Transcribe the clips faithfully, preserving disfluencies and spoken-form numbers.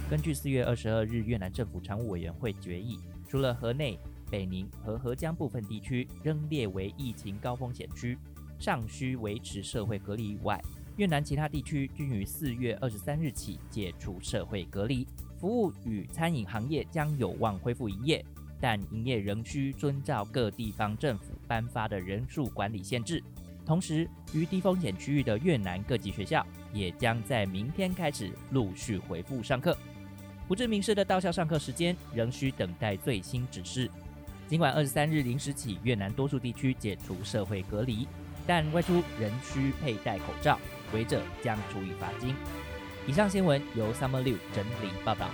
根据四月二十二日越南政府常务委员会决议，除了河内、北宁和河江部分地区仍列为疫情高风险区，尚需维持社会隔离以外，越南其他地区均于四月二十三日起解除社会隔离，服务与餐饮行业将有望恢复营业，但营业仍需遵照各地方政府颁发的人数管理限制。同时，于低风险区域的越南各级学校也将在明天开始陆续恢复上课。不知名师的到校上课时间仍需等待最新指示。尽管二十三日零时起越南多数地区解除社会隔离，但外出仍需佩戴口罩，违者将处以罚金。以上新闻由 Summer Liu 整理报道。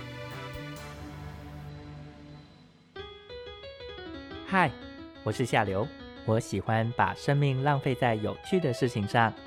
嗨，我是夏流，我喜欢把生命浪费在有趣的事情上。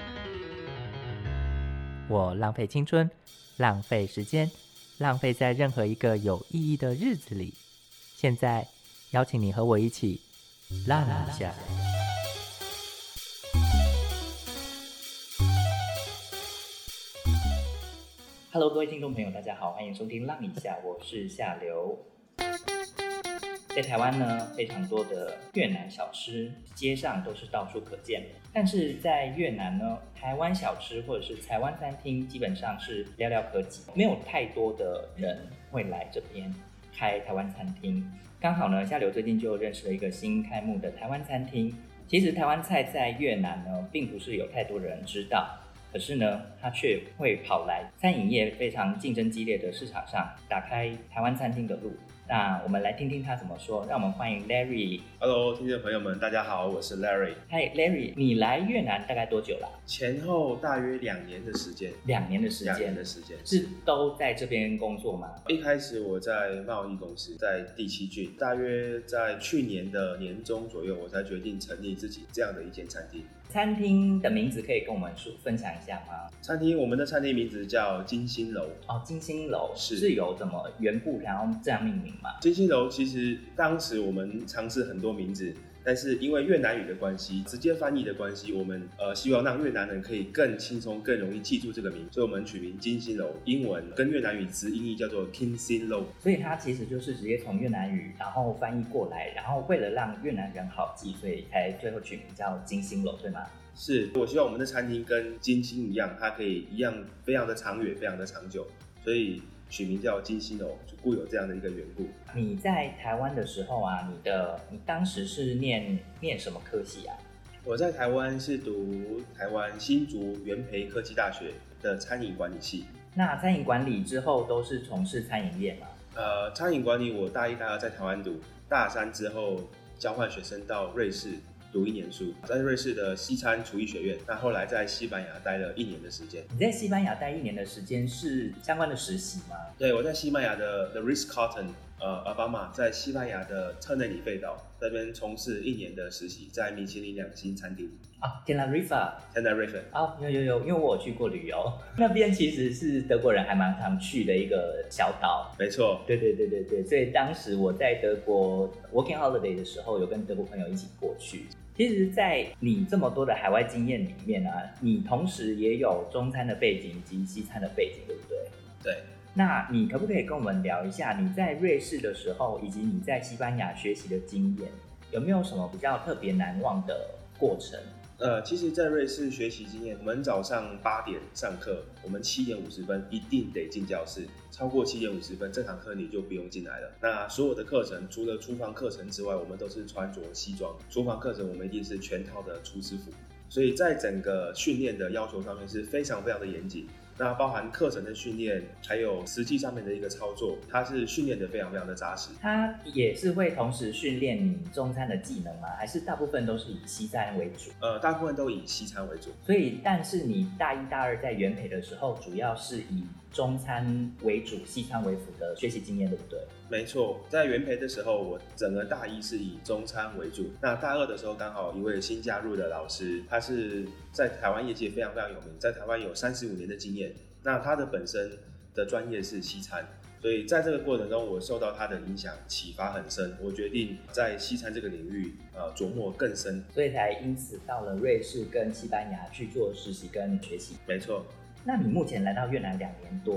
我浪费青春，浪费时间，浪费在任何一个有意义的日子里。现在邀请你和我一起浪一下。Hello， 各位听众朋友，大家好，欢迎收听浪一下，我是夏流。在台湾呢，非常多的越南小吃，街上都是到处可见的。但是在越南呢，台湾小吃或者是台湾餐厅基本上是寥寥可几，没有太多的人会来这边开台湾餐厅。刚好呢，夏流最近就认识了一个新开幕的台湾餐厅。其实台湾菜在越南呢，并不是有太多的人知道，可是呢，他却会跑来餐饮业非常竞争激烈的市场上，打开台湾餐厅的路。那我们来听听他怎么说，让我们欢迎 Larry。Hello， 听众朋友们，大家好，我是 Larry。 嗨 Larry， 你来越南大概多久了？ 前后大约两年的时间。 两年的时间， 两年的时间是都在这边工作吗？ 一开始我在贸易公司，在第七郡，大约在去年的年中左右，我才决定成立自己这样的一间餐厅。 餐厅的名字可以跟我们说分享一下吗？ 餐厅，我们的餐厅名字叫金星楼。 哦，金星楼 是, 是有怎么缘故，然后这样命名吗？ 金星楼其实当时我们尝试很多名字，但是因为越南语的关系，直接翻译的关系，我们呃希望让越南人可以更轻松、更容易记住这个名，所以我们取名金星楼，英文跟越南语直音译叫做 King Sin Lo。 所以它其实就是直接从越南语然后翻译过来，然后为了让越南人好记，所以才最后取名叫金星楼，对吗？ 是，我希望我们的餐厅跟金星一样，它可以一样非常的长远，非常的长久，所以取名叫金星楼，就故有这样的一个缘故。 你在台湾的时候啊，你的你当时是念念什么科系啊？ 我在台湾是读台湾新竹元培科技大学的餐饮管理系。 那餐饮管理之后都是从事餐饮业吗？ 呃，餐饮管理我大一、大二在台湾读，大三之后交换学生到瑞士读一年书，在瑞士的西餐厨艺学院，那后来在西班牙待了一年的时间。 你在西班牙待一年的时间是相关的实习吗？ 对，我在西班牙的 The Ritz-Carlton 呃 Alabama， 在西班牙的特内里费岛那边从事一年的实习，在米其林两星餐厅啊 Tenerife Tenerife 啊，有有有，因为我有去过旅游，那边其实是德国人还蛮常去的一个小岛。 没错， 对对对对对，所以当时我在德国 working holiday 的时候，有跟德国朋友一起过去。其实，在你这么多的海外经验里面啊，你同时也有中餐的背景及西餐的背景，对不对？ 对。 那你可不可以跟我们聊一下你在瑞士的时候，以及你在西班牙学习的经验，有没有什么比较特别难忘的过程？ 呃，其实，在瑞士学习经验，我们早上八点上课，我们七点五十分一定得进教室，超过七点五十分，这堂课你就不用进来了。那所有的课程，除了厨房课程之外，我们都是穿着西装；厨房课程我们一定是全套的厨师服。所以在整个训练的要求上面是非常非常的严谨。那包含课程的训练，还有实际上面的一个操作，它是训练的非常非常的扎实。 它也是会同时训练你中餐的技能吗？还是大部分都是以西餐为主？ 呃，大部分都以西餐为主。 所以，但是你大一、大二在元培的时候，主要是以中餐为主、西餐为辅的学习经验，对不对？ 没错，在元培的时候，我整个大一是以中餐为主。那大二的时候，刚好一位新加入的老师，他是在台湾业界非常非常有名，在台湾有三十五年的经验。那他的本身的专业是西餐，所以在这个过程中，我受到他的影响，启发很深。我决定在西餐这个领域，呃，琢磨更深， 所以才因此到了瑞士跟西班牙去做实习跟学习。 没错。 那你目前来到越南两年多啊，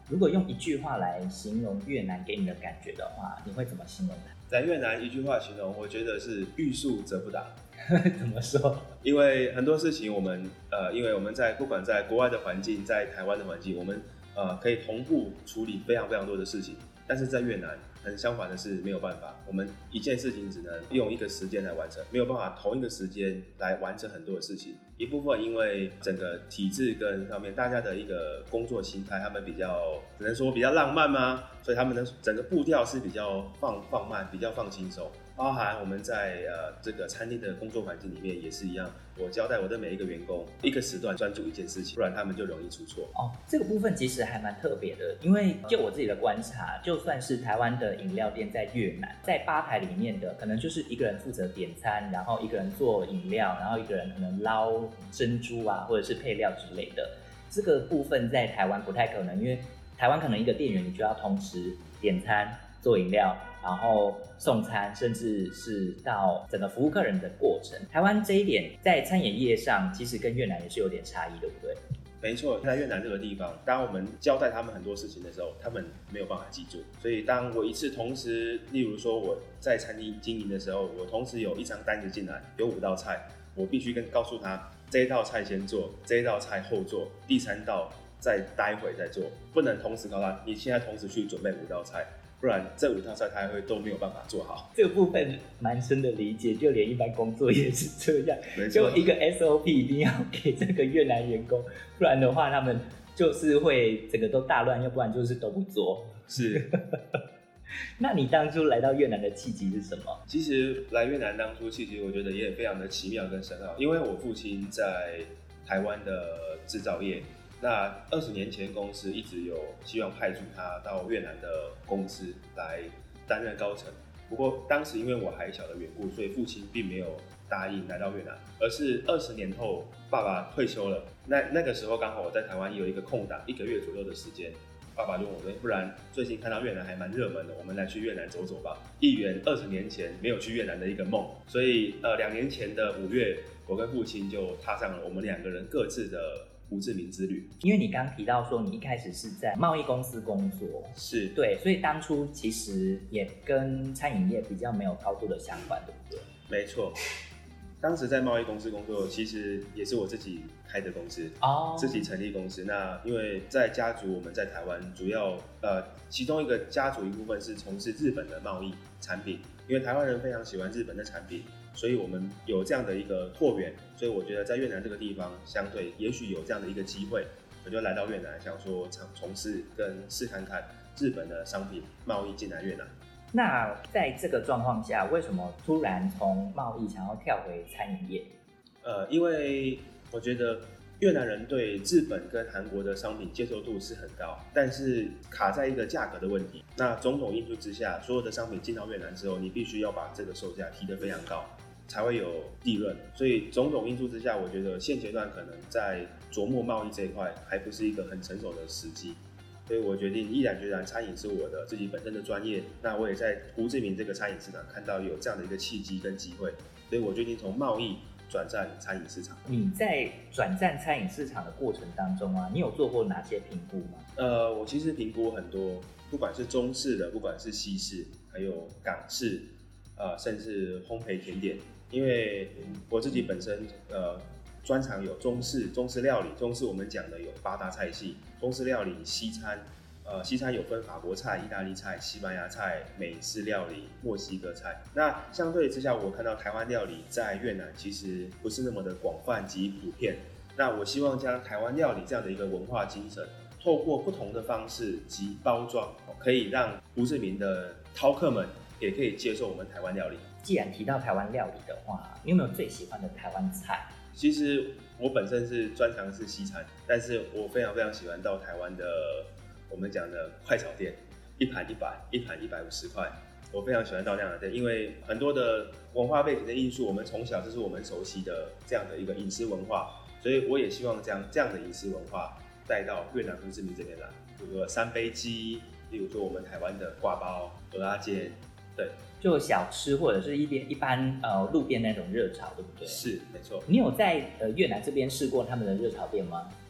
如果用一句话来形容越南给你的感觉的话，你会怎么形容它？ 在越南一句话形容，我觉得是欲速则不达。 怎么说？ 因为很多事情我们呃，因为我们在不管在国外的环境，在台湾的环境，我们呃可以同步处理非常非常多的事情，但是在越南很相反的是没有办法，我们一件事情只能用一个时间来完成，没有办法同一个时间来完成很多的事情。一部分因为整个体制跟上面大家的一个工作心态，他们比较只能说比较浪漫吗？所以他们的整个步调是比较放放慢，比较放轻松。包含我们在呃这个餐厅的工作环境里面也是一样，我交代我的每一个员工一个时段专注一件事情，不然他们就容易出错。 哦，这个部分其实还蛮特别的，因为就我自己的观察，就算是台湾的饮料店在越南，在吧台里面的可能就是一个人负责点餐，然后一个人做饮料，然后一个人可能捞珍珠啊或者是配料之类的。这个部分在台湾不太可能，因为台湾可能一个店员你就要同时点餐、做饮料，然后送餐，甚至是到整个服务客人的过程。台湾这一点在餐饮业上其实跟越南也是有点差异，对不对？ 没错，在越南这个地方，当我们交代他们很多事情的时候，他们没有办法记住。所以当我一次同时，例如说我在餐厅经营的时候，我同时有一张单子进来，有五道菜，我必须跟告诉他这一道菜先做，这一道菜后做，第三道再待会再做，不能同时告诉他你现在同时去准备五道菜。不然这五道菜他会都没有办法做好。 这个部分蛮深的理解，就连一般工作也是这样， 没错， 就一个 S O P 一定要给这个越南员工，不然的话他们就是会整个都大乱，要不然就是都不做。 是。 那你当初来到越南的契机是什么？ 其实来越南当初契机，我觉得也非常的奇妙跟深奥，因为我父亲在台湾的制造业。那二十年前，公司一直有希望派驻他到越南的公司来担任高层。不过当时因为我还小的缘故，所以父亲并没有答应来到越南，而是二十年后爸爸退休了。那那个时候刚好我在台湾有一个空档，一个月左右的时间，爸爸就问我说：“不然最近看到越南还蛮热门的，我们来去越南走走吧。”一圆二十年前没有去越南的一个梦，所以呃两年前的五月，我跟父亲就踏上了我们两个人各自的胡志明之旅。 因为你刚提到说你一开始是在贸易公司工作， 是对，所以当初其实也跟餐饮业比较没有高度的相关，对不对？ 没错，当时在贸易公司工作，其实也是我自己开的公司， 哦， 自己成立公司。那因为在家族，我们在台湾主要呃，其中一个家族一部分是从事日本的贸易产品，因为台湾人非常喜欢日本的产品。所以我们有这样的一个拓源，所以我觉得在越南这个地方，相对也许有这样的一个机会，我就来到越南，想说从事跟试看看日本的商品贸易进来越南。 那在这个状况下，为什么突然从贸易想要跳回餐饮业？ 呃，因为我觉得越南人对日本跟韩国的商品接受度是很高，但是卡在一个价格的问题。那种种因素之下，所有的商品进到越南之后，你必须要把这个售价提得非常高，才会有利润。所以种种因素之下，我觉得现阶段可能在琢磨贸易这一块还不是一个很成熟的时机。所以我决定毅然决然，餐饮是我的自己本身的专业。那我也在胡志明这个餐饮市场看到有这样的一个契机跟机会，所以我决定从贸易转战餐饮市场。 你在转战餐饮市场的过程当中啊，你有做过哪些评估吗？ 呃，我其实评估很多，不管是中式的，不管是西式，还有港式，呃，甚至烘焙甜点。因为我自己本身呃专长有中式、中式料理，中式我们讲的有八大菜系，中式料理、西餐。呃，西餐有分法国菜、意大利菜、西班牙菜、美式料理、墨西哥菜。那相对之下，我看到台湾料理在越南其实不是那么的广泛及普遍。那我希望将台湾料理这样的一个文化精神，透过不同的方式及包装，可以让胡志明的饕客们也可以接受我们台湾料理。 既然提到台湾料理的话，你有没有最喜欢的台湾菜？ 其实我本身是专长是西餐，但是我非常非常喜欢到台湾的我们讲的快炒店，一盘一百，一盘一百五十块，我非常喜欢到那样的店，因为很多的文化背景的因素，我们从小这是我们熟悉的这样的一个饮食文化，所以我也希望将这样的饮食文化带到越南胡志明这边来，比如说三杯鸡，例如说我们台湾的挂包、蚵仔煎，对， 就小吃或者是一边一般呃路边那种热炒，对不对？ 是没错。 你有在呃越南这边试过他们的热炒店吗？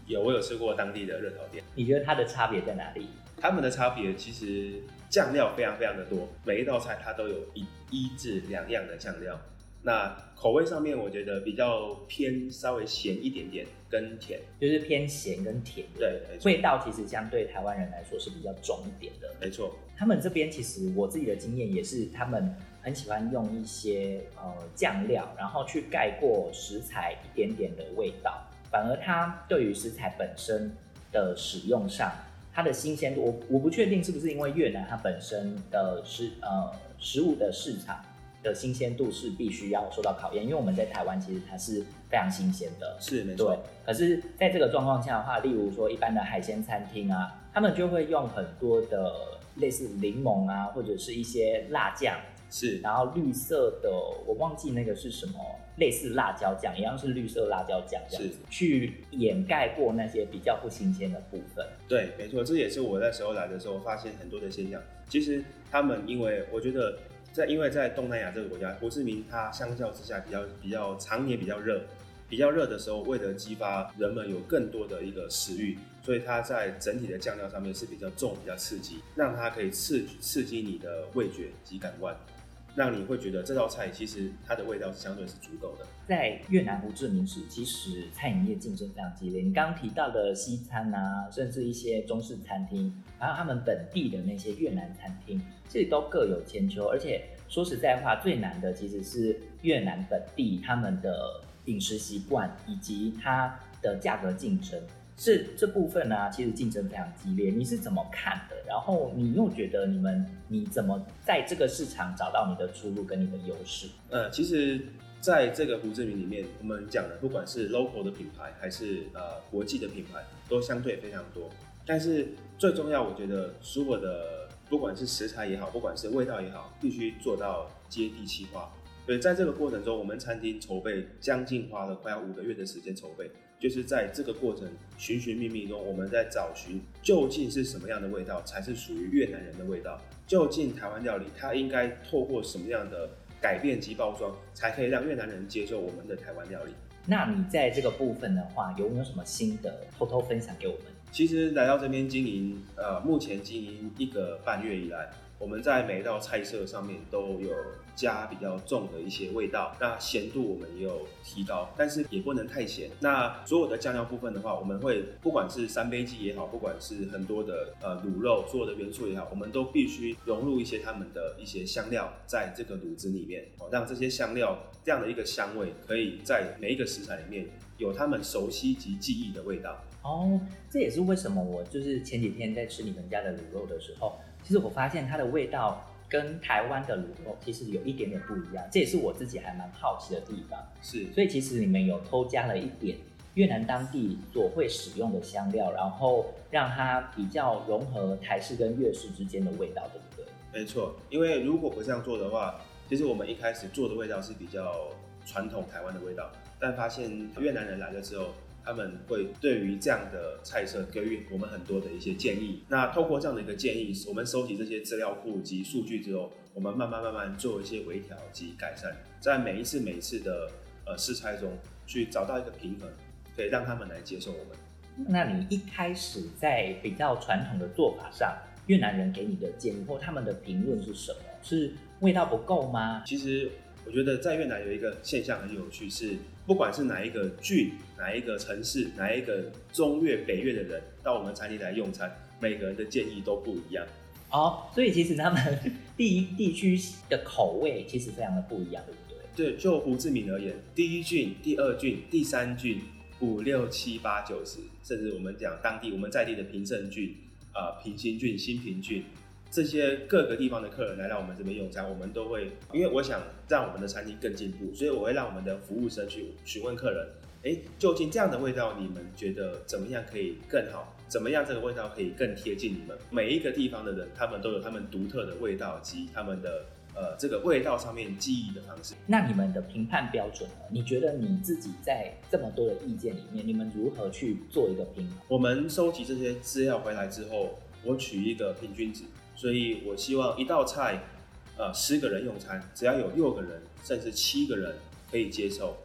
有，我有吃过当地的热炒店。 你觉得它的差别在哪里？ 他们的差别其实酱料非常非常的多，每一道菜它都有一一至两样的酱料。那口味上面，我觉得比较偏稍微咸一点点，跟甜， 就是偏咸跟甜。 对，没错。 味道其实相对台湾人来说是比较重一点的。 没错。 他们这边其实我自己的经验也是，他们很喜欢用一些呃酱料，然后去盖过食材一点点的味道，反而它对于食材本身的使用上，它的新鲜度，我我不确定是不是因为越南它本身的食呃食物的市场的新鲜度是必须要受到考验，因为我们在台湾其实它是非常新鲜的， 是没错。 对，可是在这个状况下的话，例如说一般的海鲜餐厅啊，他们就会用很多的类似柠檬啊，或者是一些辣酱， 是， 然后绿色的，我忘记那个是什么，类似辣椒酱，一样是绿色辣椒酱这样子，去掩盖过那些比较不新鲜的部分。 对，没错，这也是我那时候来的时候发现很多的现象。其实他们因为我觉得在因为在东南亚这个国家，胡志明它相较之下比较比较常年比较热，比较热的时候，为了激发人们有更多的一个食欲，所以它在整体的酱料上面是比较重、比较刺激，让它可以刺刺激你的味觉及感官，让你会觉得这道菜其实它的味道是相对是足够的。在越南胡志明市，其实餐饮业竞争非常激烈。你刚刚提到的西餐啊，甚至一些中式餐厅，还有他们本地的那些越南餐厅，其实都各有千秋。而且说实在话，最难的其实是越南本地他们的饮食习惯以及它的价格竞争。这这部分呢、啊，其实竞争非常激烈。你是怎么看的？然后你又觉得你们你怎么在这个市场找到你的出路跟你的优势？ 呃，其实在这个胡志明里面，我们讲的不管是 local 的品牌还是呃国际的品牌，都相对非常多。但是最重要，我觉得所有的不管是食材也好，不管是味道也好，必须做到接地气化。所以在这个过程中，我们餐厅筹备将近花了快要五个月的时间筹备，就是在这个过程寻寻觅觅中，我们在找寻究竟是什么样的味道才是属于越南人的味道，究竟台湾料理它应该透过什么样的改变及包装，才可以让越南人接受我们的台湾料理。 那你在这个部分的话，有没有什么心得偷偷分享给我们？ 其实来到这边经营，呃，目前经营一个半月以来，我们在每一道菜色上面都有加比较重的一些味道，那咸度我们也有提高，但是也不能太咸。那所有的酱料部分的话，我们会不管是三杯鸡也好，不管是很多的呃卤肉所有的元素也好，我们都必须融入一些他们的一些香料在这个卤汁里面，让这些香料这样的一个香味可以在每一个食材里面有他们熟悉及记忆的味道。 哦，这也是为什么我就是前几天在吃你们家的卤肉的时候，其实我发现它的味道跟台湾的卤肉其实有一点点不一样，这也是我自己还蛮好奇的地方。 是， 所以其实你们有偷加了一点越南当地所会使用的香料，然后让它比较融合台式跟粤式之间的味道，对不对？ 没错，因为如果不这样做的话，其实我们一开始做的味道是比较传统台湾的味道，但发现越南人来了之后，他们会对于这样的菜色给予我们很多的一些建议。那透过这样的一个建议，我们收集这些资料库及数据之后，我们慢慢慢慢做一些微调及改善，在每一次每一次的呃试菜中去找到一个平衡，可以让他们来接受我们。 那你一开始在比较传统的做法上，越南人给你的建议或他们的评论是什么？是味道不够吗？ 其实我觉得在越南有一个现象很有趣，是不管是哪一个郡、哪一个城市、哪一个中越、北越的人到我们餐厅来用餐，每个人的建议都不一样。 哦，所以其实他们第一地区的口味其实非常的不一样，对不对？ 对，就胡志明而言，第一郡、第二郡、第三郡、五六七八九十，甚至我们讲当地我们在地的平胜郡、呃平新郡、新平郡。这些各个地方的客人来到我们这边用餐，我们都会，因为我想让我们的餐厅更进步，所以我会让我们的服务生去询问客人，哎，究竟这样的味道你们觉得怎么样可以更好？怎么样这个味道可以更贴近你们？每一个地方的人，他们都有他们独特的味道及他们的呃这个味道上面记忆的方式。 那你们的评判标准呢？你觉得你自己在这么多的意见里面，你们如何去做一个平衡？ 我们收集这些资料回来之后，我取一个平均值。所以我希望一道菜，呃，十个人用餐，只要有六个人甚至七个人可以接受，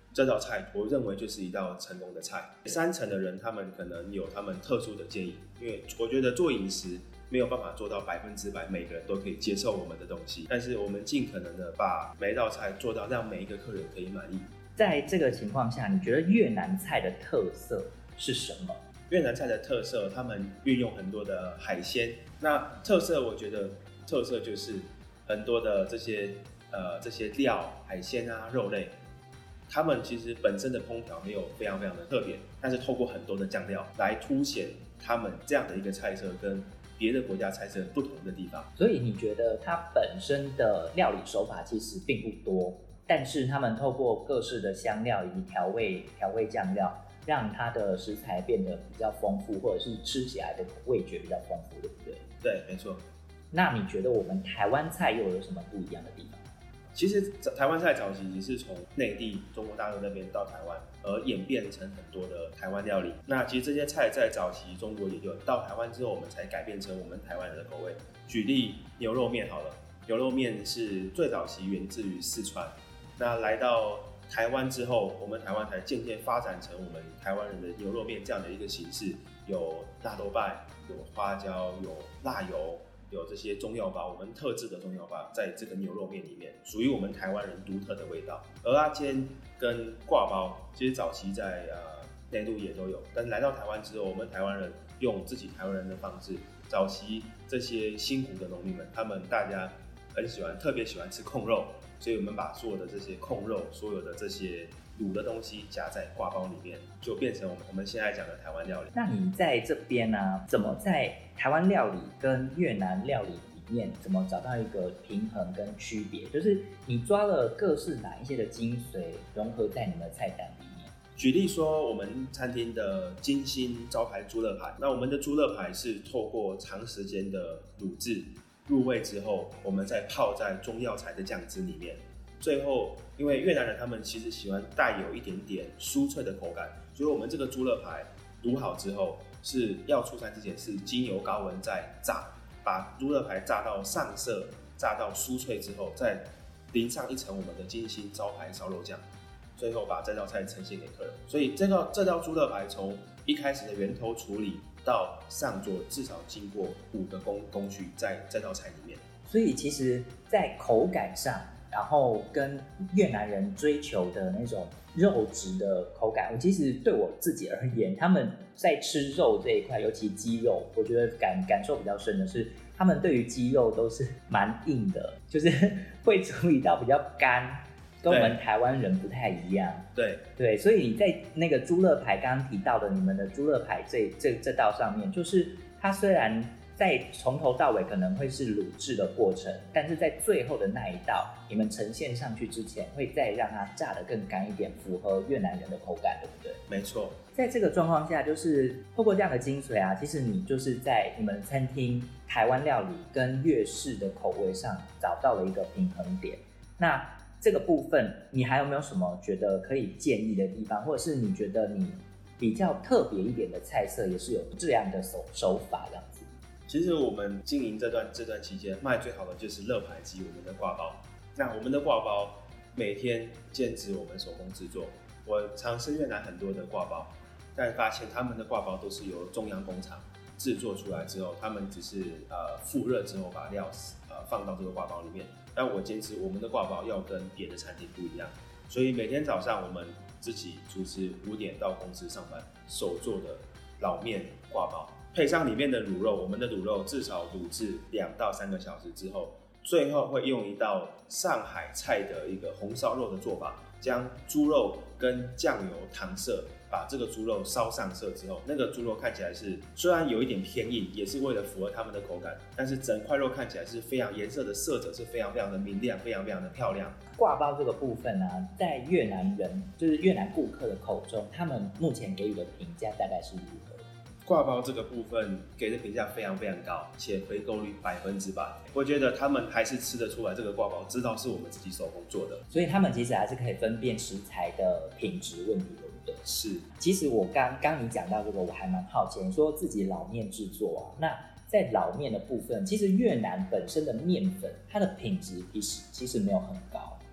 这道菜我认为就是一道成功的菜。三成的人他们可能有他们特殊的建议，因为我觉得做饮食没有办法做到百分之百每个人都可以接受我们的东西，但是我们尽可能的把每一道菜做到让每一个客人可以满意。 在这个情况下，你觉得越南菜的特色是什么？ 越南菜的特色，他们运用很多的海鲜。那特色，我觉得特色就是很多的这些呃这些料、海鲜啊、肉类，他们其实本身的烹调没有非常非常的特别，但是透过很多的酱料来凸显他们这样的一个菜色跟别的国家菜色不同的地方。 所以你觉得它本身的料理手法其实并不多，但是他们透过各式的香料以及调味调味酱料，让它的食材变得比较丰富，或者是吃起来的味觉比较丰富，对不对？ 对，没错。 那你觉得我们台湾菜又有什么不一样的地方？ 其实台湾菜早期也是从内地中国大陆那边到台湾，而演变成很多的台湾料理。那其实这些菜在早期中国也有，到台湾之后我们才改变成我们台湾人的口味。举例牛肉面好了，牛肉面是最早期源自于四川，那来到台湾之后，我们台湾才渐渐发展成我们台湾人的牛肉面这样的一个形式，有大豆瓣，有花椒，有辣油，有这些中药包，我们特制的中药包在这个牛肉面里面，属于我们台湾人独特的味道。蚵仔煎跟挂包，其实早期在呃内陆也都有，但是来到台湾之后，我们台湾人用自己台湾人的方式，早期这些辛苦的农民们，他们大家很喜欢，特别喜欢吃控肉，所以我们把所有的这些控肉，所有的这些卤的东西夹在挂包里面，就变成我们我们现在讲的台湾料理。 那你在这边呢、啊，怎么在台湾料理跟越南料理里面，怎么找到一个平衡跟区别？就是你抓了各式哪一些的精髓，融合在你们的菜单里面？ 举例说，我们餐厅的金星招牌猪肋排，那我们的猪肋排是透过长时间的卤制入味之后，我们再泡在中药材的酱汁里面。最后，因为越南人他们其实喜欢带有一点点酥脆的口感，所以我们这个猪肋排卤好之后，是要出餐之前是经由高温再炸，把猪肋排炸到上色，炸到酥脆之后，再淋上一层我们的金星招牌烧肉酱，最后把这道菜呈现给客人。所以这道这道猪肋排从一开始的源头处理到上桌，至少经过五个工工序在这道菜里面。 所以其实，在口感上，然后跟越南人追求的那种肉质的口感，我其实对我自己而言，他们在吃肉这一块，尤其鸡肉，我觉得感感受比较深的是，他们对于鸡肉都是蛮硬的，就是会处理到比较干，跟我们台湾人不太一样。 对对，所以你在那个猪肋排刚刚提到的你们的猪肋排这这这道上面，就是它虽然在从头到尾可能会是卤制的过程，但是在最后的那一道，你们呈现上去之前，会再让它炸得更干一点，符合越南人的口感，对不对？ 没错。 在这个状况下，就是透过这样的精髓啊，其实你就是在你们餐厅台湾料理跟粤式的口味上找到了一个平衡点。那这个部分，你还有没有什么觉得可以建议的地方，或者是你觉得你比较特别一点的菜色，也是有这样的手手法这样子？ 其实我们经营这段这段期间卖最好的就是肋排及我们的挂包。那我们的挂包每天兼职我们手工制作。我尝试越南很多的挂包，但发现他们的挂包都是由中央工厂制作出来之后，他们只是呃复热之后把料呃放到这个挂包里面。但我坚持我们的挂包要跟别的餐厅不一样，所以每天早上我们自己厨师五点到公司上班，手做的老面挂包。配上里面的卤肉，我们的卤肉至少卤制两到三个小时之后，最后会用一道上海菜的一个红烧肉的做法，将猪肉跟酱油搪塞，把这个猪肉烧上色之后，那个猪肉看起来是虽然有一点偏硬，也是为了符合他们的口感，但是整块肉看起来是非常颜色的色泽是非常非常的明亮，非常非常的漂亮。 挂包这个部分啊，在越南人就是越南顾客的口中，他们目前给予的评价大概是如何？ 挂包这个部分给的评价非常非常高，且回购率百分之百。我觉得他们还是吃得出来这个挂包，知道是我们自己手工做的， 所以他们其实还是可以分辨食材的品质问题，对不对？ 是。 其实我刚刚你讲到这个，我还蛮好奇，你说自己老面制作啊，那在老面的部分，其实越南本身的面粉，它的品质其实其实没有很高。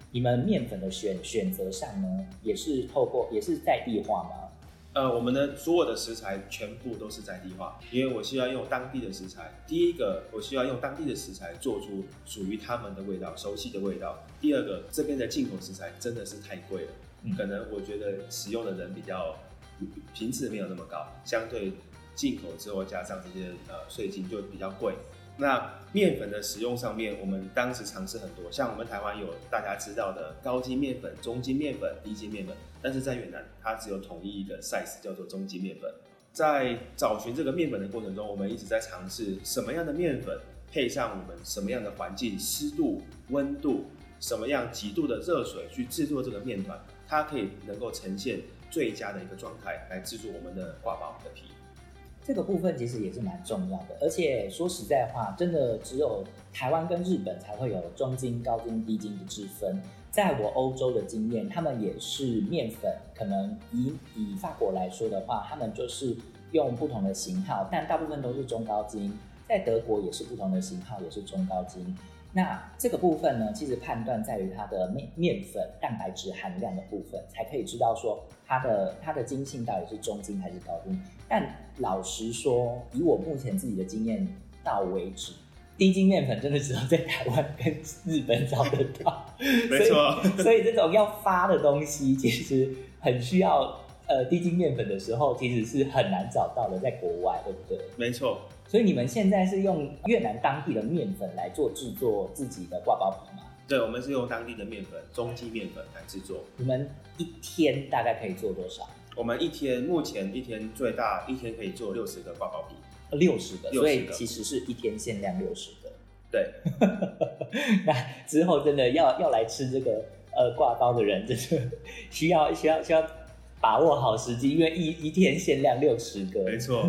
你们面粉的选选择上呢，也是透过也是在地化吗？ 呃，我们的所有的食材全部都是在地化，因为我需要用当地的食材。第一个，我需要用当地的食材做出属于他们的味道，熟悉的味道。第二个，这边的进口食材真的是太贵了，嗯、可能我觉得使用的人比较频次没有那么高，相对进口之后加上这些呃税金就比较贵。那面粉的使用上面，我们当时尝试很多，像我们台湾有大家知道的高筋面粉、中筋面粉、低筋面粉，但是在越南它只有统一一个 size 叫做中筋面粉。在找寻这个面粉的过程中，我们一直在尝试什么样的面粉配上我们什么样的环境、湿度、温度，什么样几度的热水去制作这个面团，它可以能够呈现最佳的一个状态来制作我们的挂包的皮。 这个部分其实也是蛮重要的，而且说实在话，真的只有台湾跟日本才会有中筋、高筋、低筋的之分。在我欧洲的经验，他们也是面粉，可能以以法国来说的话，他们就是用不同的型号，但大部分都是中高筋。在德国也是不同的型号，也是中高筋。那这个部分呢，其实判断在于它的面面粉蛋白质含量的部分，才可以知道说它的它的筋性到底是中筋还是高筋。但老实说，以我目前自己的经验到为止，低筋面粉真的只有在台湾跟日本找得到。 没错， 所以, 所以这种要发的东西，其实很需要呃低筋面粉的时候，其实是很难找到的，在国外，对不对？ 没错。 所以你们现在是用越南当地的面粉来做制作自己的挂包皮吗？ 对，我们是用当地的面粉，中筋面粉来制作。 你们一天大概可以做多少？ 我们一天目前一天最大一天可以做六十个挂包皮， 六十个，所以个其实是一天限量六十个。 对， 那之后真的要要来吃这个呃挂包的人，真的需要需要需要把握好时机，因为一一天限量六十个。 没错。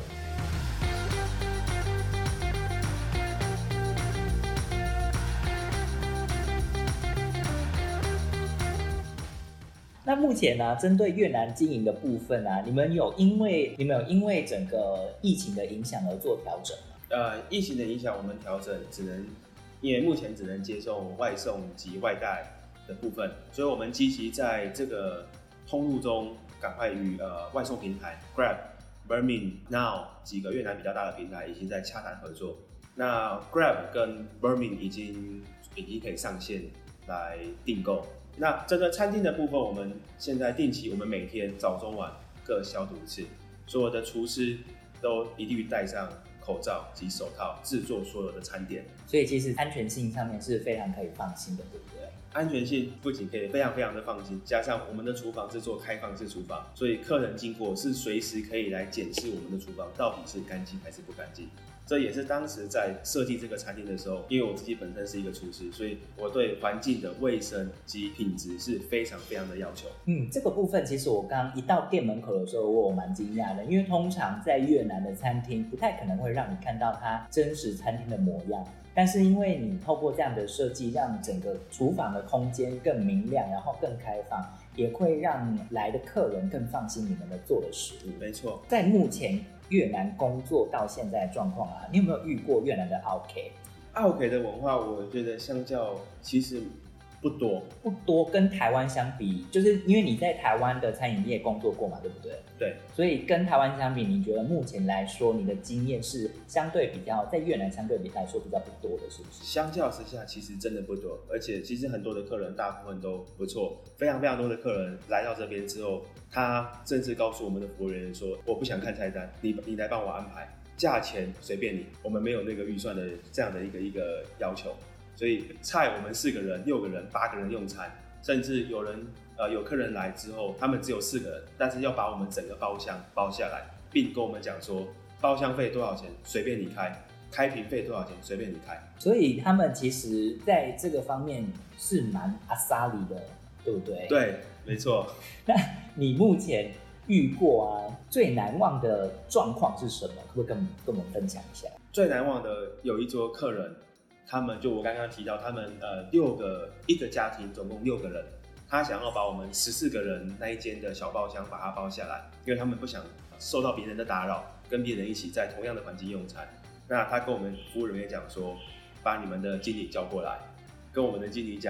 那目前呢、啊，针对越南经营的部分啊，你们有因为你们有因为整个疫情的影响而做调整吗？ 呃，疫情的影响，我们调整只能，因为目前只能接受外送及外带的部分，所以我们积极在这个通路中赶快与呃外送平台 Grab、Burmin、Now 几个越南比较大的平台已经在洽谈合作。那 Grab 跟 Burmin 已经已经可以上线来订购。那这个餐厅的部分，我们现在定期，我们每天早中晚各消毒一次，所有的厨师都一律戴上口罩及手套，制作所有的餐点。 所以其实安全性上面是非常可以放心的，对不对？ 安全性不仅可以非常非常的放心，加上我们的厨房是做开放式厨房，所以客人经过是随时可以来检视我们的厨房到底是干净还是不干净。这也是当时在设计这个餐厅的时候，因为我自己本身是一个厨师，所以我对环境的卫生及品质是非常非常的要求。 嗯，这个部分其实我刚一到店门口的时候，我蛮惊讶的，因为通常在越南的餐厅不太可能会让你看到它真实餐厅的模样。但是因为你透过这样的设计，让整个厨房的空间更明亮，然后更开放，也会让来的客人更放心你们的做的食物。 没错， 在目前越南工作到现在的状况啊，你有没有遇过越南的 O K？O K 的文化，我觉得相较其实不多， 不多。跟台湾相比，就是因为你在台湾的餐饮业工作过嘛，对不对？ 对。 所以跟台湾相比，你觉得目前来说，你的经验是相对比较在越南相对比来说比较不多的，是不是？ 相较之下，其实真的不多，而且其实很多的客人大部分都不错，非常非常多的客人来到这边之后，他甚至告诉我们的服务人员说：“我不想看菜单，你你来帮我安排，价钱随便你，我们没有那个预算的这样的一个一个要求。”所以菜我们四个人、六个人、八个人用餐，甚至有人呃有客人来之后，他们只有四个人，但是要把我们整个包厢包下来，并跟我们讲说包厢费多少钱随便你开，开瓶费多少钱随便你开。 所以他们其实在这个方面是蛮阿萨里的，对不对？ 对，没错。 那你目前遇过啊最难忘的状况是什么？可不可以跟跟我们分享一下？ 最难忘的有一桌客人。他们就我刚刚提到，他们呃六个一个家庭总共六个人，他想要把我们十四个人那一间的小包厢把它包下来，因为他们不想受到别人的打扰，跟别人一起在同样的环境用餐。那他跟我们服务人员讲说，把你们的经理叫过来，跟我们的经理讲，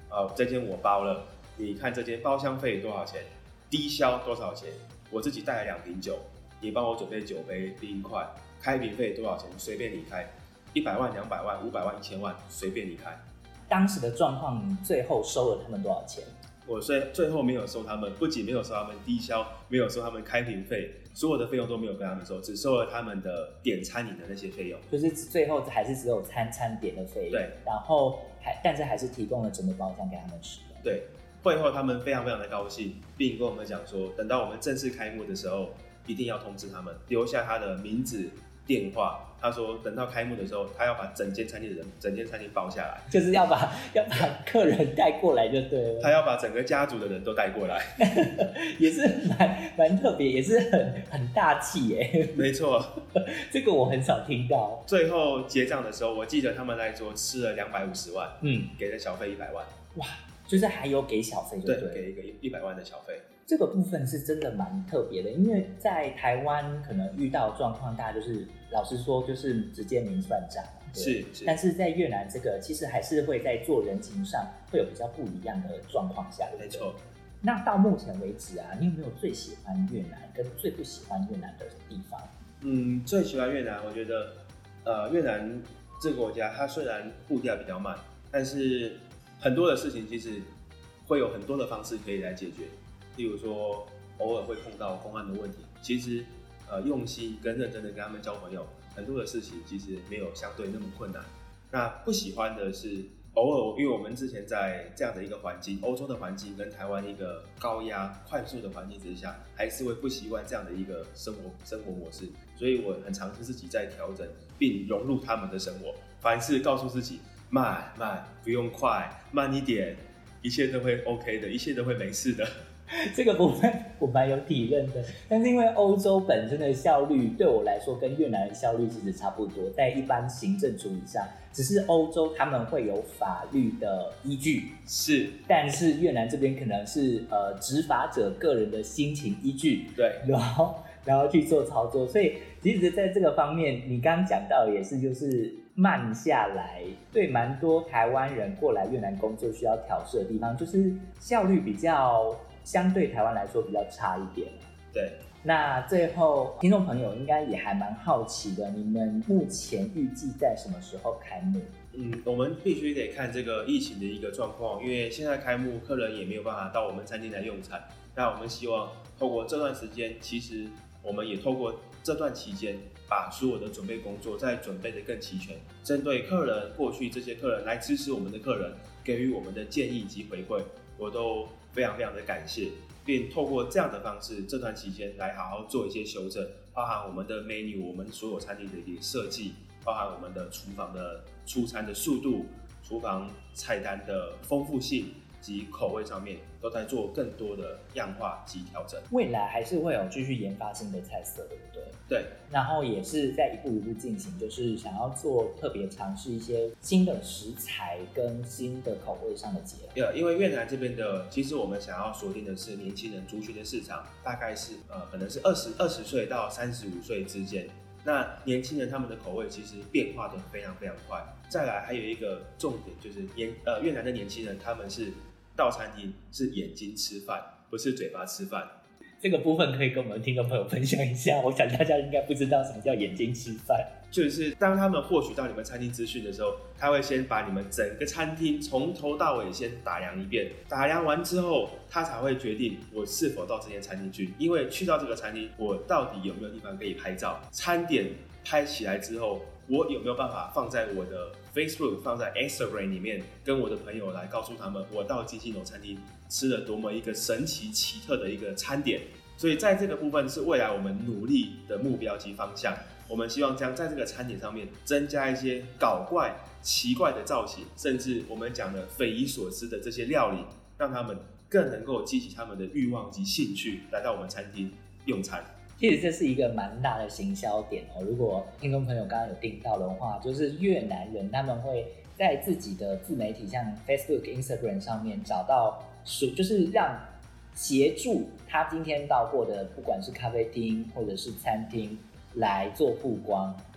呃，这间我包了，你看这间包厢费多少钱，低消多少钱，我自己带了两瓶酒，你帮我准备酒杯、冰块，开瓶费多少钱，随便你开，一百万、两百万、五百万、一千万，随便你开。 当时的状况，你最后收了他们多少钱？ 我最最后没有收他们，不仅没有收他们低消，没有收他们开瓶费，所有的费用都没有跟他们收，只收了他们的点餐饮的那些费用。 就是最后还是只有餐餐点的费用。 对， 然后还但是还是提供了整个包厢给他们使用。 对，会后他们非常非常的高兴，并跟我们讲说，等到我们正式开幕的时候，一定要通知他们，留下他的名字、电话。他说，等到开幕的时候，他要把整间餐厅的人、整间餐厅包下来， 就是要把要把客人带过来就对了。 他要把整个家族的人都带过来， 也是蛮蛮特别，也是很很大气耶。 没错， 这个我很少听到。 最后结账的时候，我记得他们那桌吃了两百五十万，嗯，给了小费一百万。 哇，就是还有给小费就对了， 对，给一个一百万的小费。 这个部分是真的蛮特别的，因为在台湾可能遇到的状况，大家就是老实说就是直接明算账， 是是。 但是在越南这个其实还是会在做人情上会有比较不一样的状况下， 没错。 那到目前为止啊，你有没有最喜欢越南跟最不喜欢越南的地方？ 嗯，最喜欢越南，我觉得呃越南这个国家它虽然步调比较慢，但是很多的事情其实会有很多的方式可以来解决。例如说，偶尔会碰到公安的问题，其实，呃，用心跟认真的跟他们交朋友，很多的事情其实没有相对那么困难。那不喜欢的是，偶尔，因为我们之前在这样的一个环境，欧洲的环境跟台湾一个高压、快速的环境之下，还是会不习惯这样的一个生活生活模式，所以我很尝试自己在调整，并融入他们的生活。凡事告诉自己慢慢，不用快，慢一点，一切都会 OK 的，一切都会没事的。 这个部分我蛮有体认的，但是因为欧洲本身的效率对我来说跟越南的效率其实差不多，在一般行政处理上，只是欧洲他们会有法律的依据， 是， 但是越南这边可能是呃执法者个人的心情依据， 对， 然后然后去做操作，所以其实在这个方面，你刚刚讲到的也是就是慢下来，对蛮多台湾人过来越南工作需要调试的地方，就是效率比较。相对台湾来说比较差一点。 对， 那最后听众朋友应该也还蛮好奇的，你们目前预计在什么时候开幕？ 嗯，我们必须得看这个疫情的一个状况，因为现在开幕，客人也没有办法到我们餐厅来用餐。那我们希望透过这段时间，其实我们也透过这段期间，把所有的准备工作再准备得更齐全，针对客人过去这些客人来支持我们的客人，给予我们的建议及回馈，我都非常非常的感谢，并透过这样的方式，这段期间来好好做一些修正，包含我们的 menu， 我们所有餐厅的一个设计，包含我们的厨房的出餐的速度，厨房菜单的丰富性及口味上面，都在做更多的样化及调整。 未来还是会有继续研发新的菜色，对不对？ 对。 然后也是在一步一步进行，就是想要做特别尝试一些新的食材跟新的口味上的结合。 对，因为越南这边的，其实我们想要锁定的是年轻人族群的市场，大概是呃可能是二十二十岁到三十五岁之间。那年轻人他们的口味其实变化的非常非常快。再来还有一个重点就是年呃越南的年轻人他们是到餐厅是眼睛吃饭，不是嘴巴吃饭。 这个部分可以跟我们听众朋友分享一下，我想大家应该不知道什么叫眼睛吃饭。 就是当他们获取到你们餐厅资讯的时候，他会先把你们整个餐厅从头到尾先打量一遍，打量完之后，他才会决定我是否到这间餐厅去。因为去到这个餐厅，我到底有没有地方可以拍照？餐点拍起来之后，我有没有办法放在我的 Facebook、放在 Instagram 里面，跟我的朋友来告诉他们，我到金星楼餐厅吃了多么一个神奇奇特的一个餐点。所以在这个部分是未来我们努力的目标及方向。我们希望将在这个餐点上面增加一些搞怪、奇怪的造型，甚至我们讲的匪夷所思的这些料理，让他们更能够激起他们的欲望及兴趣，来到我们餐厅用餐。 其实这是一个蛮大的行销点哦。如果听众朋友刚刚有听到的话，就是越南人他们会在自己的自媒体，像 Facebook、Instagram 上面找到，就是让协助他今天到过的，不管是咖啡厅或者是餐厅来做曝光。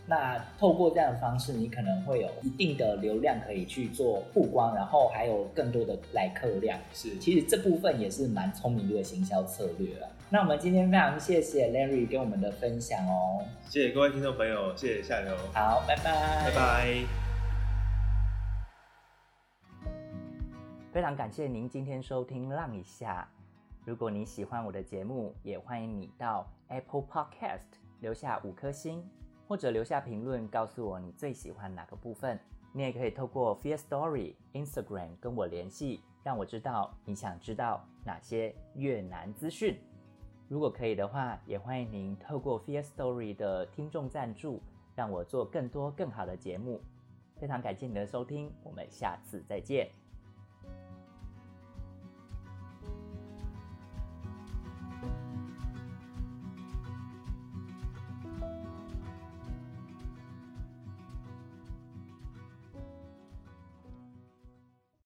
那透过这样的方式，你可能会有一定的流量可以去做曝光，然后还有更多的来客量。 是， 其实这部分也是蛮聪明的一个行销策略了。那我们今天非常谢谢 Larry 给我们的分享哦。 谢谢各位听众朋友，谢谢夏流。 好，拜拜， 拜拜。 非常感谢您今天收听浪一下。如果你喜欢我的节目，也欢迎你到 Apple Podcast 留下五颗星，或者留下评论告诉我你最喜欢哪个部分。你也可以透过 Firstory、Instagram 跟我联系，让我知道你想知道哪些越南资讯。如果可以的话，也欢迎您透过 Firstory 的听众赞助，让我做更多更好的节目。非常感谢你的收听，我们下次再见。